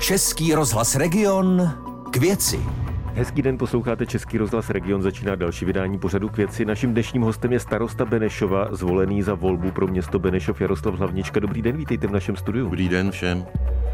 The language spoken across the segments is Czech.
Český rozhlas Region k věci. Hezký den, posloucháte Český rozhlas Region, začíná další vydání pořadu k věci. Naším dnešním hostem je starosta Benešova, zvolený za volbu pro město Benešov Jaroslav Hlavnička. Dobrý den, vítejte v našem studiu. Dobrý den všem.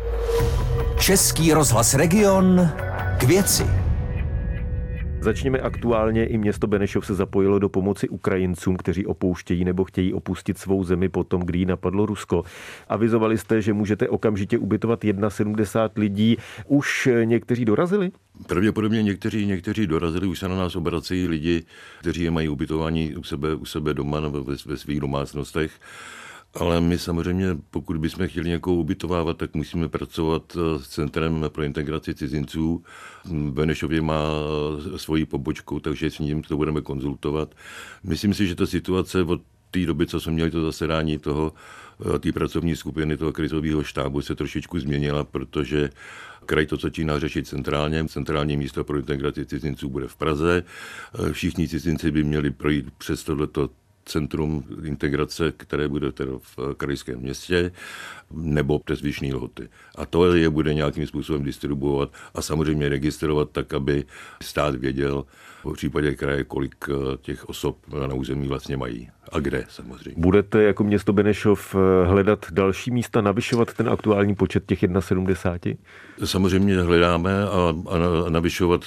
Český rozhlas Region k věci. Začněme aktuálně. I město Benešov se zapojilo do pomoci Ukrajincům, kteří opouštějí nebo chtějí opustit svou zemi po tom, kdy ji napadlo Rusko. Avizovali jste, že můžete okamžitě ubytovat 71 lidí. Už někteří dorazili? Pravděpodobně někteří dorazili, už se na nás obracejí lidi, kteří je mají ubytování u sebe doma nebo ve svých domácnostech. Ale my samozřejmě, pokud bychom chtěli někoho ubytovávat, tak musíme pracovat s Centrem pro integraci cizinců. V Benešově má svoji pobočku, takže s ním to budeme konzultovat. Myslím si, že ta situace od té doby, co jsme měli to zasedání té pracovní skupiny, toho krizového štábu, se trošičku změnila, protože kraj to začíná řešit centrálně. Centrální místo pro integraci cizinců bude v Praze. Všichni cizinci by měli projít přes tohleto centrum integrace, které bude teda v krajském městě, nebo přes Vyšný Lhoty. A to je bude nějakým způsobem distribuovat a samozřejmě registrovat tak, aby stát věděl v případě kraje, kolik těch osob na území vlastně mají. A kde samozřejmě. Budete jako město Benešov hledat další místa, navyšovat ten aktuální počet těch 71? Samozřejmě hledáme a navyšovat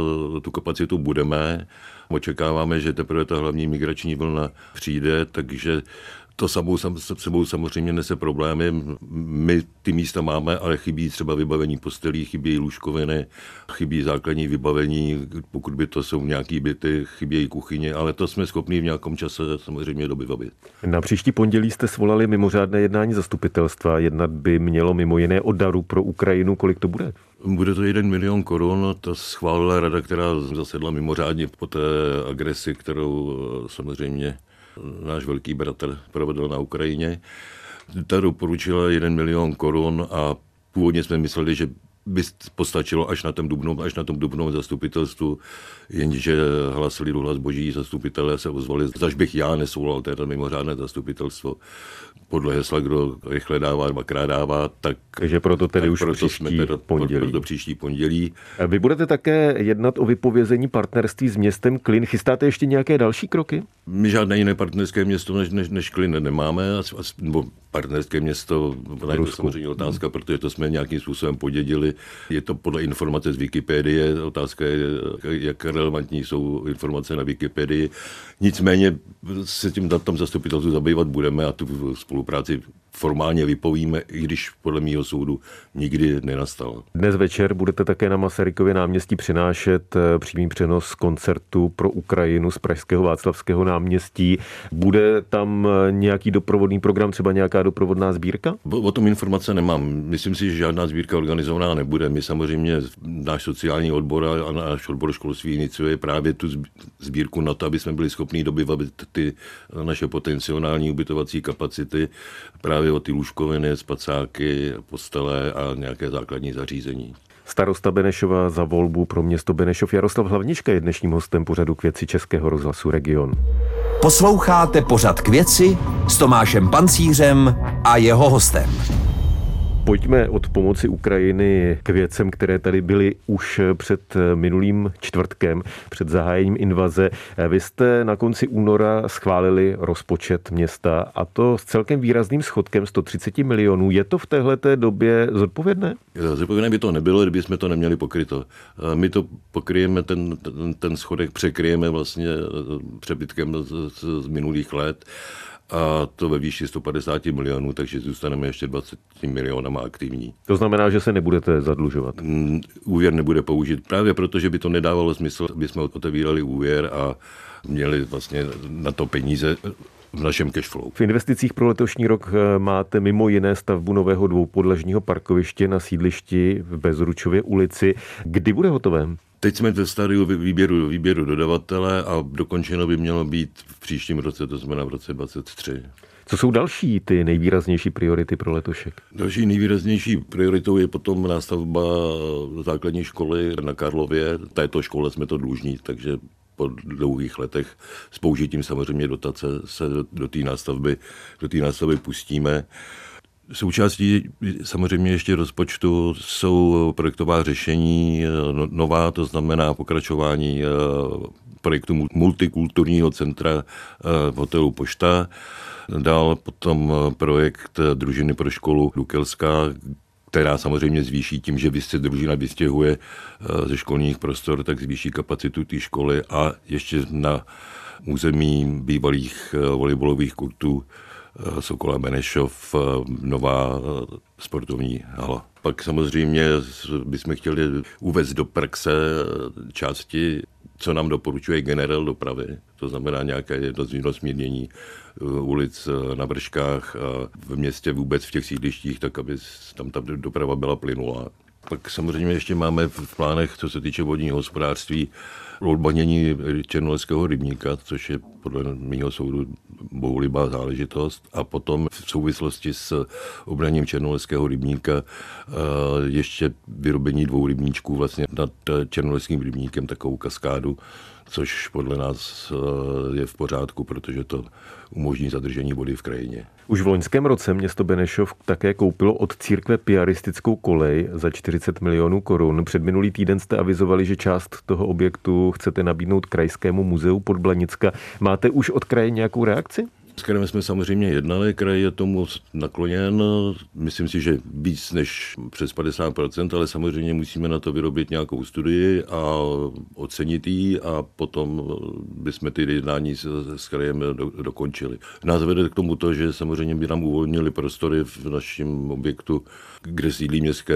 tu kapacitu budeme. Očekáváme, že teprve ta hlavní migrační vlna přijde, takže to sebou samozřejmě nese problémy. My ty místa máme, ale chybí třeba vybavení postelí, chybí lůžkoviny, chybí základní vybavení, pokud by to jsou nějaký byty, chybějí kuchyně, ale to jsme schopni v nějakém čase samozřejmě vybavit. Na příští pondělí jste svolali mimořádné jednání zastupitelstva. Jednat by mělo mimo jiné o daru pro Ukrajinu. Kolik to bude? Bude to 1 milion korun, to schválila rada, která zasedla mimořádně po té agresi, kterou samozřejmě náš velký bratr provedl na Ukrajině. Ta doporučila 1 milion korun a původně jsme mysleli, že by postačilo až na tom dubnovém zastupitelstvu, jenže hlasili hlas boží, zastupitelé se ozvali, zaž bych já nesvolal této mimořádné zastupitelstvo. Podle hesla, kdo rychle dává, dvakrát dává, takže proto tedy už příští pondělí. Vy budete také jednat o vypovězení partnerství s městem Klin. Chystáte ještě nějaké další kroky? My žádné jiné partnerské město než Klin nemáme, nebo partnerské město, je to samozřejmě otázka, protože to jsme nějakým způsobem podědili. Je to podle informace z Wikipedie, otázka je, jak relevantní jsou informace na Wikipedii. Nicméně se tím na tom zastupitelstvu zabývat budeme a tu spolupráci formálně vypovíme, i když podle mýho soudu nikdy nenastala. Dnes večer budete také na Masarykově náměstí přinášet přímý přenos koncertu pro Ukrajinu z pražského Václavského náměstí. Bude tam nějaký doprovodný program, třeba nějaká doprovodná sbírka? O tom informace nemám. Myslím si, že žádná sbírka organizovaná nebude. My samozřejmě, náš sociální odbor a náš odbor školství iniciuje právě tu sbírku na to, aby jsme byli schopni dobývat ty naše potenciální ubytovací kapacity, právě o ty lůžkoviny, spacáky, postele a nějaké základní zařízení. Starosta Benešova za volbu pro město Benešov Jaroslav Hlavnička je dnešním hostem pořadu k věci Českého rozhlasu Region. Posloucháte pořad k věci s Tomášem Pancířem a jeho hostem. Pojďme od pomoci Ukrajiny k věcem, které tady byly už před minulým čtvrtkem, před zahájením invaze. Vy jste na konci února schválili rozpočet města a to s celkem výrazným schodkem 130 milionů. Je to v téhleté době zodpovědné? Zodpovědné by to nebylo, kdyby jsme to neměli pokryto. My to pokryjeme, ten schodek překryjeme vlastně přebytkem z minulých let. A to ve výši 150 milionů, takže zůstaneme ještě 20 milionama aktivní. To znamená, že se nebudete zadlužovat? Úvěr nebude použit právě proto, že by to nedávalo smysl, aby jsme otevírali úvěr a měli vlastně na to peníze v našem cashflow. V investicích pro letošní rok máte mimo jiné stavbu nového dvoupodlažního parkoviště na sídlišti v Bezručově ulici. Kdy bude hotové? Teď jsme ve stádiu výběru dodavatele a dokončeno by mělo být v příštím roce, to znamená v roce 2023. Co jsou další ty nejvýraznější priority pro letošek? Další nejvýraznější prioritou je potom nástavba základní školy na Karlově. Této škole jsme to dlužní, takže po dlouhých letech s použitím samozřejmě dotace se do té nástavby pustíme. Součástí samozřejmě ještě rozpočtu jsou projektová řešení nová, to znamená pokračování projektu multikulturního centra v hotelu Pošta. Dál potom projekt družiny pro školu Dukelská, která samozřejmě zvýší tím, že se družina vystěhuje ze školních prostor, tak zvýší kapacitu té školy a ještě na území bývalých volejbalových kurtů Sokola Benešov nová sportovní hala. Pak samozřejmě bychom chtěli uvést do praxe části, co nám doporučuje generál dopravy, to znamená nějaké rozmírnění ulic na Vrškách a v městě vůbec v těch sídlištích, tak aby tam ta doprava byla plynulá. Pak samozřejmě ještě máme v plánech, co se týče vodního hospodářství, odbanění Černoletského rybníka, což je podle mého soudu bohulibá záležitost. A potom v souvislosti s obraním Černoletského rybníka ještě vyrobení 2 rybníčků vlastně nad Černoletským rybníkem, takovou kaskádu, což podle nás je v pořádku, protože to umožní zadržení vody v krajině. Už v loňském roce město Benešov také koupilo od církve piaristickou kolej za 40 milionů korun. Předminulý týden jste avizovali, že část toho objektu chcete nabídnout Krajskému muzeu Podblanicka. Máte už od kraje nějakou reakci? S krajem jsme samozřejmě jednali, kraj je tomu nakloněn, myslím si, že víc než přes 50%, ale samozřejmě musíme na to vyrobit nějakou studii a ocenit ji a potom bychom ty jednání s krajem dokončili. Nás vede k tomu to, že samozřejmě by nám uvolnili prostory v našem objektu, kde sídlí Městské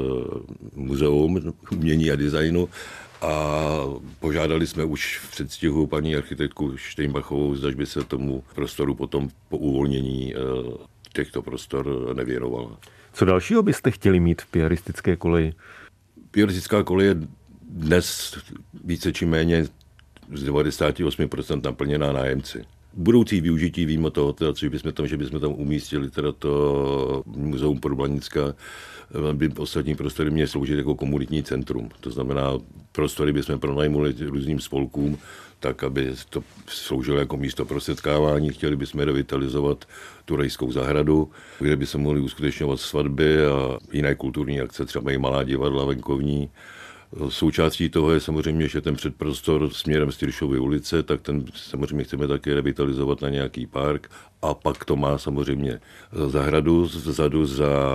muzeum umění a designu. A požádali jsme už v předstihu paní architektku Steinbachovou, zda by se tomu prostoru potom po uvolnění těchto prostor nevěnovala. Co dalšího byste chtěli mít v piaristické koleji? Piaristická kolej je dnes více či méně z 98% naplněná nájemci. Budoucí využití víme toho, že bychom tam umístili teda to muzeum Podblanicka, by ostatní prostory měly sloužit jako komunitní centrum. To znamená, prostory bychom pronajmuli různým spolkům, tak aby to sloužilo jako místo pro setkávání. Chtěli bychom revitalizovat tu rajskou zahradu, kde by se mohly uskutečňovat svatby a jiné kulturní akce, třeba i malá divadla venkovní. Součástí toho je samozřejmě ještě ten předprostor směrem z Tyršovy ulice, tak ten samozřejmě chceme také revitalizovat na nějaký park. A pak to má samozřejmě zahradu vzadu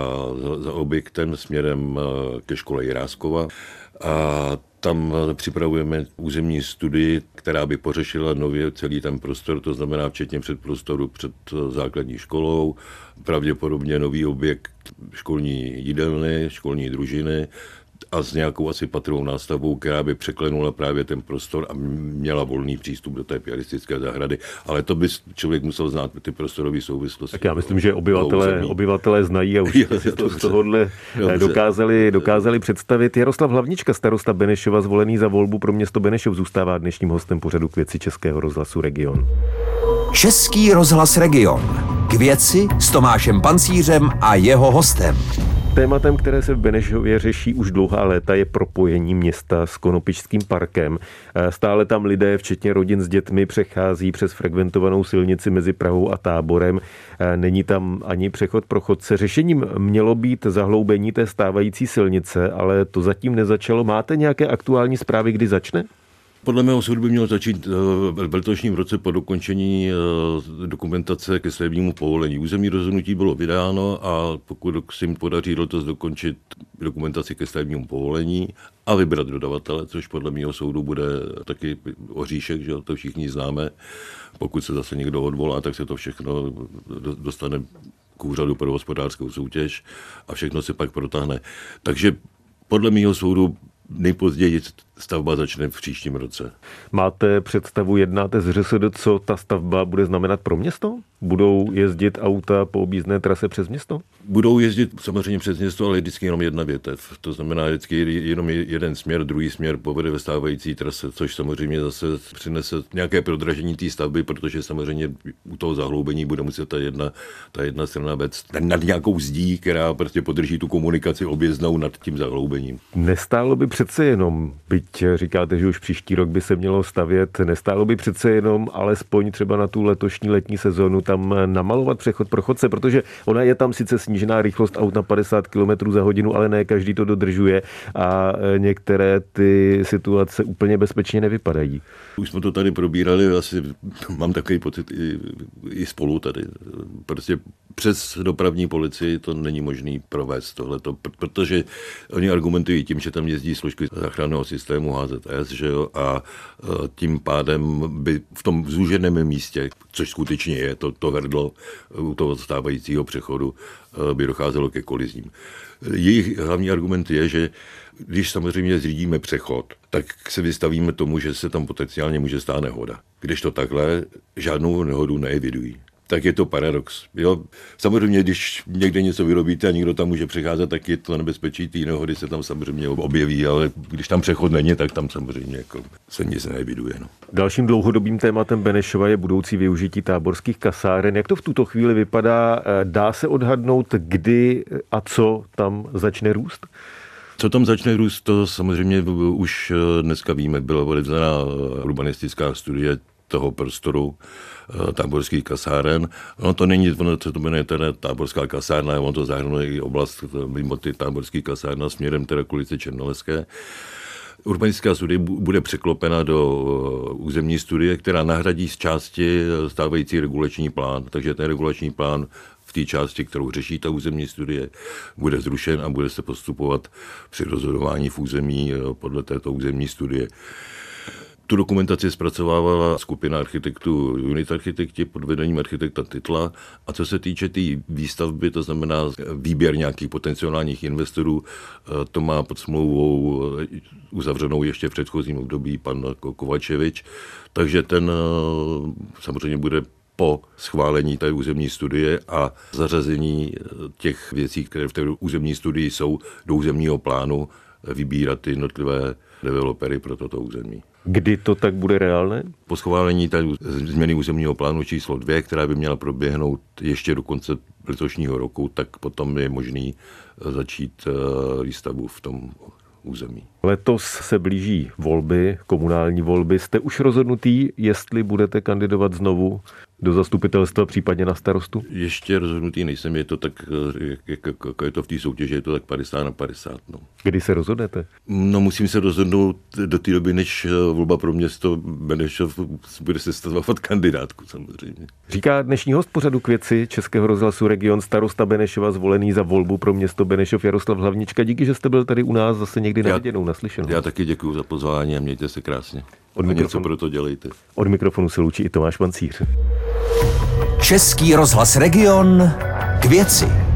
za objektem směrem ke škole Jiráskova. A tam připravujeme územní studii, která by pořešila nově celý ten prostor, to znamená včetně předprostoru před základní školou, pravděpodobně nový objekt školní jídelny, školní družiny, a s nějakou asi patrovou nástavbou, která by překlenula právě ten prostor a měla volný přístup do té piaristické zahrady. Ale to by člověk musel znát ty prostorové souvislosti. Tak já myslím, že obyvatelé znají a už si to z tohohle dokázali představit. Jaroslav Hlavnička, starosta Benešova, zvolený za volbu pro město Benešov, zůstává dnešním hostem pořadu K věci Českého rozhlasu Region. Český rozhlas Region. K věci s Tomášem Pancířem a jeho hostem. Tématem, které se v Benešově řeší už dlouhá léta, je propojení města s Konopišským parkem. Stále tam lidé, včetně rodin s dětmi, přechází přes frekventovanou silnici mezi Prahou a Táborem. Není tam ani přechod pro chodce. Řešením mělo být zahloubení té stávající silnice, ale to zatím nezačalo. Máte nějaké aktuální zprávy, kdy začne? Podle mého soudu by mělo začít v letošním roce po dokončení dokumentace ke stavebnímu povolení. Územní rozhodnutí bylo vydáno a pokud se jim podaří letos dokončit dokumentaci ke stavebnímu povolení a vybrat dodavatele, což podle mého soudu bude taky oříšek, že to všichni známe. Pokud se zase někdo odvolá, tak se to všechno dostane k úřadu pro hospodářskou soutěž a všechno se pak protáhne. Takže podle mého soudu nejpozději stavba začne v příštím roce. Máte představu, jednáte s ŘSD, co ta stavba bude znamenat pro město? Budou jezdit auta po objízdné trase přes město? Budou jezdit samozřejmě přes město, ale vždycky jenom jedna větev. To znamená vždycky jenom jeden směr, druhý směr povede ve stávající trase, což samozřejmě zase přinese nějaké prodražení té stavby, protože samozřejmě u toho zahloubení bude muset ta jedna strana vést nad nějakou zdí, která prostě podrží tu komunikaci objezdnou nad tím zahloubením. Nestálo by přece jenom, byť říkáte, že už příští rok by se mělo stavět, nestálo by přece jenom alespoň třeba na tu letošní letní sezonu tam namalovat přechod pro chodce, protože ona je tam sice snížená rychlost aut na 50 km za hodinu, ale ne každý to dodržuje a některé ty situace úplně bezpečně nevypadají. Už jsme to tady probírali, asi mám takový pocit i spolu tady. Prostě přes dopravní policii to není možný provést tohleto, protože oni argumentují tím, že tam jezdí složky záchranného systému HZS, že jo, a tím pádem by v tom zúženém místě, což skutečně je, to hrdlo u toho stávajícího přechodu, by docházelo ke kolizím. Jejich hlavní argument je, že když samozřejmě zřídíme přechod, tak se vystavíme tomu, že se tam potenciálně může stát nehoda. Kdežto takhle žádnou nehodu neevidují. Tak je to paradox. Jo? Samozřejmě, když někde něco vyrobíte a někdo tam může přecházet, tak je to nebezpečí, ty nehody se tam samozřejmě objeví, ale když tam přechod není, tak tam samozřejmě jako se nic neeviduje. No. Dalším dlouhodobým tématem Benešova je budoucí využití táborských kasáren. Jak to v tuto chvíli vypadá? Dá se odhadnout, kdy a co tam začne růst? Co tam začne růst, to samozřejmě už dneska víme. Byla odevzdaná urbanistická studie toho prostoru táborských kasáren. Ono to není, co to jmenuje teda táborská kasárna, ono to zahrnuje i oblast mimo ty táborský kasárna směrem teda k ulici Černoleské. Urbanistická studie bude překlopena do územní studie, která nahradí z části stávající regulační plán. Takže ten regulační plán v té části, kterou řeší ta územní studie, bude zrušen a bude se postupovat při rozhodování v území podle této územní studie. Tu dokumentaci zpracovávala skupina architektů Unit Architekti pod vedením architekta Titla. A co se týče té výstavby, to znamená výběr nějakých potenciálních investorů, to má pod smlouvou uzavřenou ještě v předchozím období pan Kovačevič. Takže ten samozřejmě bude po schválení té územní studie a zařazení těch věcí, které v té územní studii jsou, do územního plánu vybírat ty jednotlivé developery pro toto území. Kdy to tak bude reálné? Po schválení té změny územního plánu číslo 2, která by měla proběhnout ještě do konce letošního roku, tak potom je možný začít výstavbu v tom území. Letos se blíží volby, komunální volby. Jste už rozhodnutý, jestli budete kandidovat znovu do zastupitelstva, případně na starostu? Ještě rozhodnutý nejsem, je to tak, jak je to v té soutěži, je to tak 50/50. No. Kdy se rozhodnete? No, musím se rozhodnout do té doby, než volba pro město Benešov bude sestavovat kandidátku samozřejmě. Říká dnešní host pořadu K věci Českého rozhlasu Region, starosta Benešova, zvolený za volbu pro město Benešov Jaroslav Hlavnička. Díky, že jste byl tady u nás zase někdy na viděnou, naslyšenou. Já taky děkuji za pozvání a mějte se krásně. Něco pro to dělejte. Od mikrofonu se loučí i Tomáš Pancíř. Český rozhlas Region K věci.